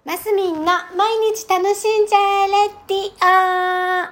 マスミンの毎日楽しんじゃえレディオ。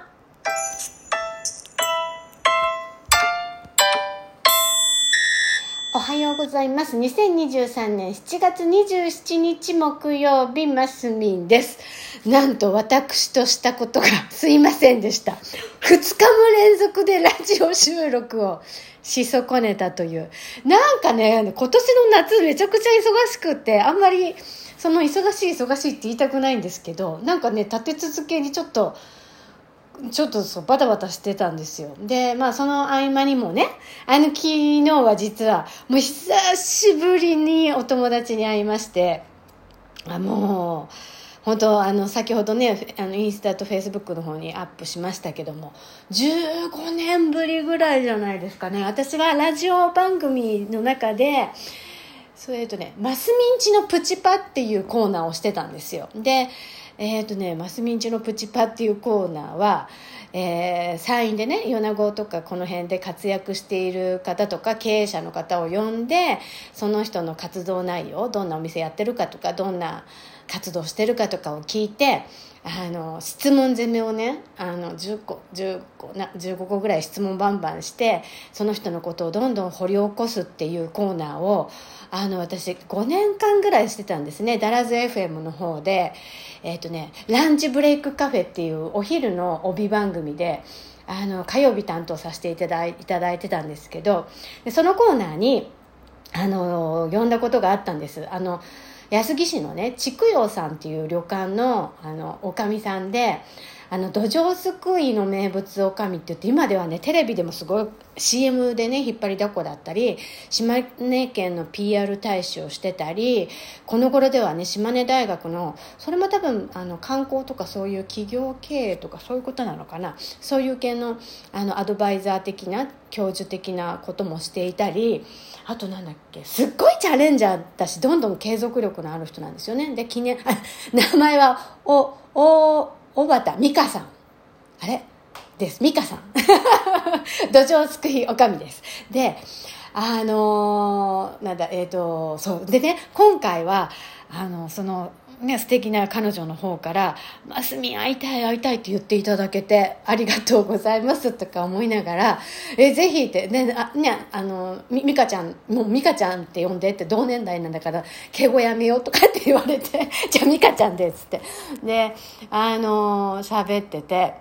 おはようございます。2023年7月27日木曜日、マスミンです。なんと私としたことがすいませんでした。2日も連続でラジオ収録をし損ねたという。なんかね、今年の夏めちゃくちゃ忙しくって、あんまりその忙しいって言いたくないんですけど、なんかね、立て続けにちょっとそうバタバタしてたんですよ。で、その合間にもね、昨日は実はもう久しぶりにお友達に会いまして、もう本当先ほどね、インスタとフェイスブックの方にアップしましたけども、15年ぶりぐらいじゃないですかね。私はラジオ番組の中でマスミンチのプチパっていうコーナーをしてたんですよ。でマスミンチのプチパっていうコーナーは、山陰でね、米子とかこの辺で活躍している方とか経営者の方を呼んで、その人の活動内容、どんなお店やってるかとか、どんな活動してるかとかを聞いて、質問攻めをね、15個ぐらい質問バンバンして、その人のことをどんどん掘り起こすっていうコーナーを私5年間ぐらいしてたんですね。ダラズ FM の方でランチブレイクカフェっていうお昼の帯番組で火曜日担当させていただいてたんですけど、でそのコーナーに呼んだことがあったんです。安来市のね、筑陽さんっていう旅館のおかみさんで、土壌すくいの名物おかみって言って、今ではね、テレビでもすごい CM でね、引っ張りだこだったり、島根県の PR 大使をしてたり、この頃ではね、島根大学の、それも多分観光とかそういう企業経営とかそういうことなのかな、そういう系のアドバイザー的な教授的なこともしていたり、あとなんだっけ、すっごいチャレンジャーだし、どんどん継続力のある人なんですよね。で、名前は小畑美香さん。あれです。美香さん。土壌すくいおかみです。で、そう。でね、今回は、素敵な彼女の方から、マスミン会いたいって言っていただけて、ありがとうございますとか思いながら、ぜひって、ミカちゃん、もうミカちゃんって呼んでって、同年代なんだから、敬語やめようとかって言われて、じゃあミカちゃんですって。で、喋ってて、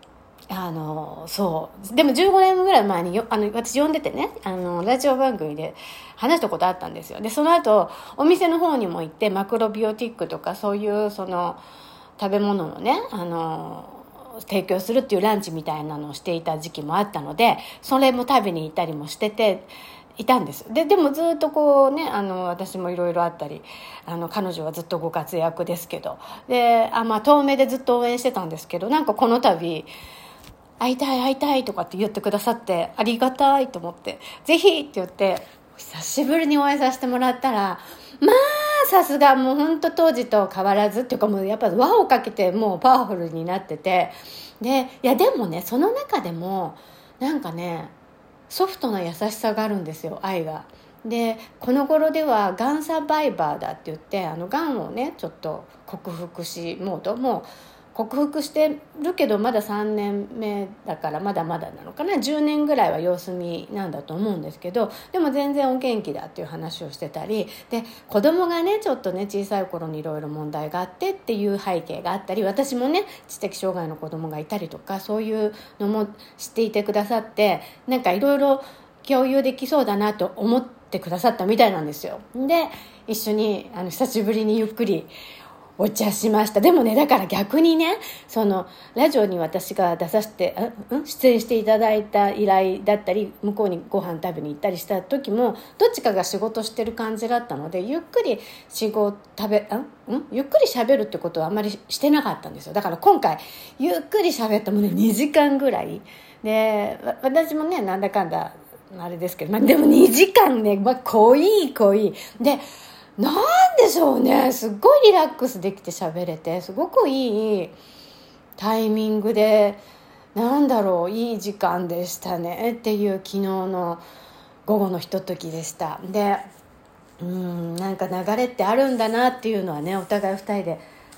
そうでも15年ぐらい前に私呼んでてね、ラジオ番組で話したことあったんですよ。でその後お店の方にも行って、マクロビオティックとかそういうその食べ物のね提供するっていうランチみたいなのをしていた時期もあったので、それも食べに行ったりもしてていたんです。でもずっとこうね、私もいろいろあったり、彼女はずっとご活躍ですけど、で遠目でずっと応援してたんですけど、なんかこの度会いたいとかって言ってくださって、ありがたいと思って、ぜひって言って久しぶりにお会いさせてもらったら、さすがもう本当当時と変わらずっていうか、もうやっぱ輪をかけてもうパワフルになってて、でもね、その中でもなんかね、ソフトな優しさがあるんですよ、愛が。でこの頃ではがんサバイバーだって言って、がんをねちょっと克服し、もう克服してるけどまだ3年目だからまだまだなのかな、10年ぐらいは様子見なんだと思うんですけど、でも全然お元気だっていう話をしてたりで、子供がねちょっとね小さい頃にいろいろ問題があってっていう背景があったり、私もね知的障害の子供がいたりとか、そういうのも知っていてくださって、なんかいろいろ共有できそうだなと思ってくださったみたいなんですよ。で一緒に久しぶりにゆっくりお茶しました。でもね、だから逆にね、そのラジオに私が出させて出演していただいた依頼だったり、向こうにご飯食べに行ったりした時もどっちかが仕事してる感じだったので、ゆっくりゆっくり喋るってことはあんまりしてなかったんですよ。だから今回ゆっくり喋ったもんね、2時間ぐらいで、私もねなんだかんだあれですけど、でも2時間ね、濃いで、なんでしょうね、すっごいリラックスできて喋れて、すごくいいタイミングで、いい時間でしたねっていう昨日の午後のひとときでした。でなんか流れってあるんだなっていうのはね、お互い2人で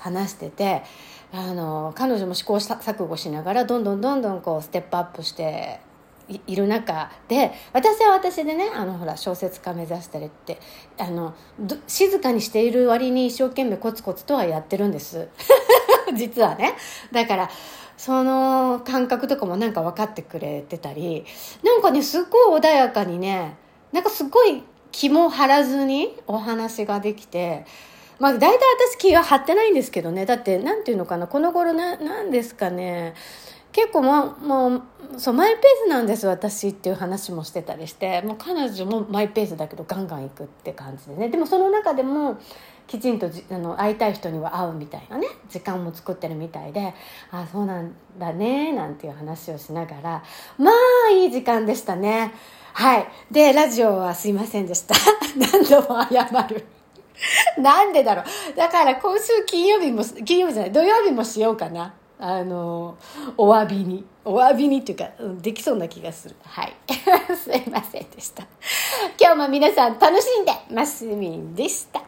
話してて、彼女も試行錯誤しながらどんどんこうステップアップしている中で、私は私でね、ほら小説家目指したりって静かにしている割に一生懸命コツコツとはやってるんです実はね。だからその感覚とかもなんか分かってくれてたり、なんかねすごい穏やかにね、なんかすごい気も張らずにお話ができて、まあ大体私気は張ってないんですけどね。だってなんていうのかな、この頃なんですかね、結構もうそうマイペースなんです私っていう話もしてたりして、もう彼女もマイペースだけどガンガン行くって感じでね。でもその中でもきちんと会いたい人には会うみたいなね時間も作ってるみたいで、あ、そうなんだねなんていう話をしながら、まあいい時間でしたね。はい。でラジオはすいませんでした何度も謝るなんでだろう。だから今週金曜日じゃない、土曜日もしようかな。お詫びにっていうか、できそうな気がする。はいすいませんでした。今日も皆さん楽しんでますみんでした。